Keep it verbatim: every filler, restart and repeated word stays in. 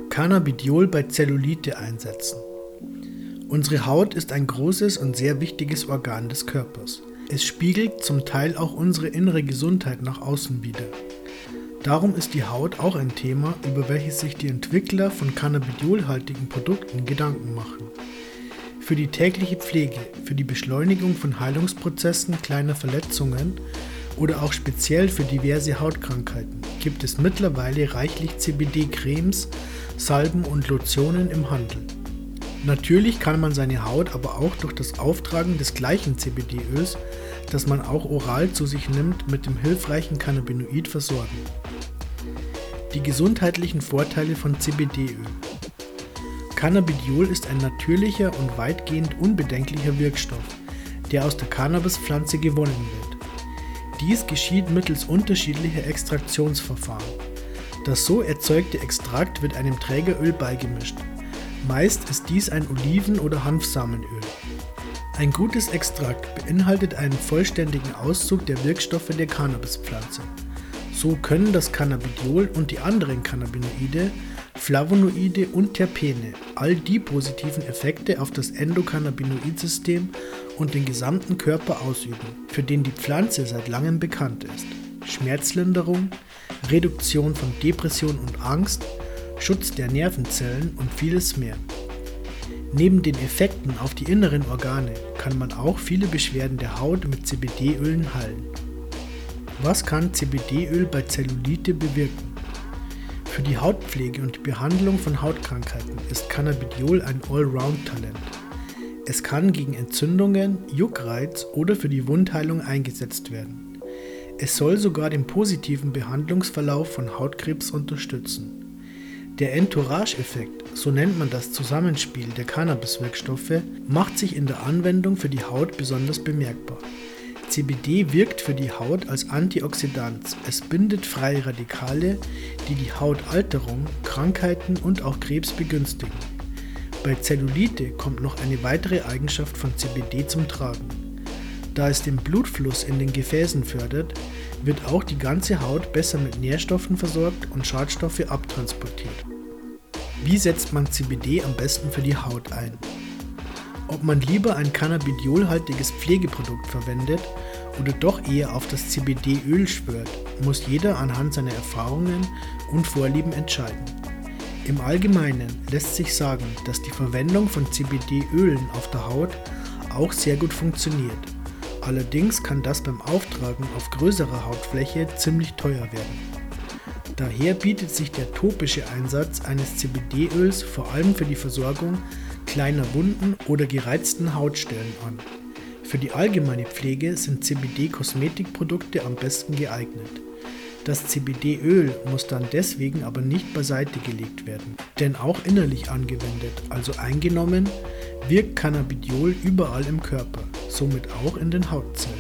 Cannabidiol bei Zellulite einsetzen. Unsere Haut ist ein großes und sehr wichtiges Organ des Körpers. Es spiegelt zum Teil auch unsere innere Gesundheit nach außen wider. Darum ist die Haut auch ein Thema, über welches sich die Entwickler von cannabidiolhaltigen Produkten Gedanken machen. Für die tägliche Pflege, für die Beschleunigung von Heilungsprozessen kleiner Verletzungen oder auch speziell für diverse Hautkrankheiten gibt es mittlerweile reichlich C B D-Cremes, Salben und Lotionen im Handel. Natürlich kann man seine Haut aber auch durch das Auftragen des gleichen C B D-Öls, das man auch oral zu sich nimmt, mit dem hilfreichen Cannabinoid versorgen. Die gesundheitlichen Vorteile von C B D-Öl. Cannabidiol ist ein natürlicher und weitgehend unbedenklicher Wirkstoff, der aus der Cannabispflanze gewonnen wird. Dies geschieht mittels unterschiedlicher Extraktionsverfahren. Das so erzeugte Extrakt wird einem Trägeröl beigemischt. Meist ist dies ein Oliven- oder Hanfsamenöl. Ein gutes Extrakt beinhaltet einen vollständigen Auszug der Wirkstoffe der Cannabispflanze. So können das Cannabidiol und die anderen Cannabinoide, Flavonoide und Terpene all die positiven Effekte auf das Endokannabinoid-System und den gesamten Körper ausüben, für den die Pflanze seit langem bekannt ist. Schmerzlinderung, Reduktion von Depression und Angst, Schutz der Nervenzellen und vieles mehr. Neben den Effekten auf die inneren Organe kann man auch viele Beschwerden der Haut mit C B D-Ölen heilen. Was kann C B D-Öl bei Zellulite bewirken? Für die Hautpflege und die Behandlung von Hautkrankheiten ist Cannabidiol ein Allround-Talent. Es kann gegen Entzündungen, Juckreiz oder für die Wundheilung eingesetzt werden. Es soll sogar den positiven Behandlungsverlauf von Hautkrebs unterstützen. Der Entourage-Effekt, so nennt man das Zusammenspiel der Cannabis-Wirkstoffe, macht sich in der Anwendung für die Haut besonders bemerkbar. C B D wirkt für die Haut als Antioxidant. Es bindet freie Radikale, die die Hautalterung, Krankheiten und auch Krebs begünstigen. Bei Zellulite kommt noch eine weitere Eigenschaft von C B D zum Tragen. Da es den Blutfluss in den Gefäßen fördert, wird auch die ganze Haut besser mit Nährstoffen versorgt und Schadstoffe abtransportiert. Wie setzt man C B D am besten für die Haut ein? Ob man lieber ein cannabidiolhaltiges Pflegeprodukt verwendet oder doch eher auf das C B D-Öl schwört, muss jeder anhand seiner Erfahrungen und Vorlieben entscheiden. Im Allgemeinen lässt sich sagen, dass die Verwendung von C B D-Ölen auf der Haut auch sehr gut funktioniert. Allerdings kann das beim Auftragen auf größerer Hautfläche ziemlich teuer werden. Daher bietet sich der topische Einsatz eines C B D-Öls vor allem für die Versorgung kleiner Wunden oder gereizten Hautstellen an. Für die allgemeine Pflege sind C B D-Kosmetikprodukte am besten geeignet. Das C B D-Öl muss dann deswegen aber nicht beiseite gelegt werden, denn auch innerlich angewendet, also eingenommen, wirkt Cannabidiol überall im Körper, somit auch in den Hautzellen.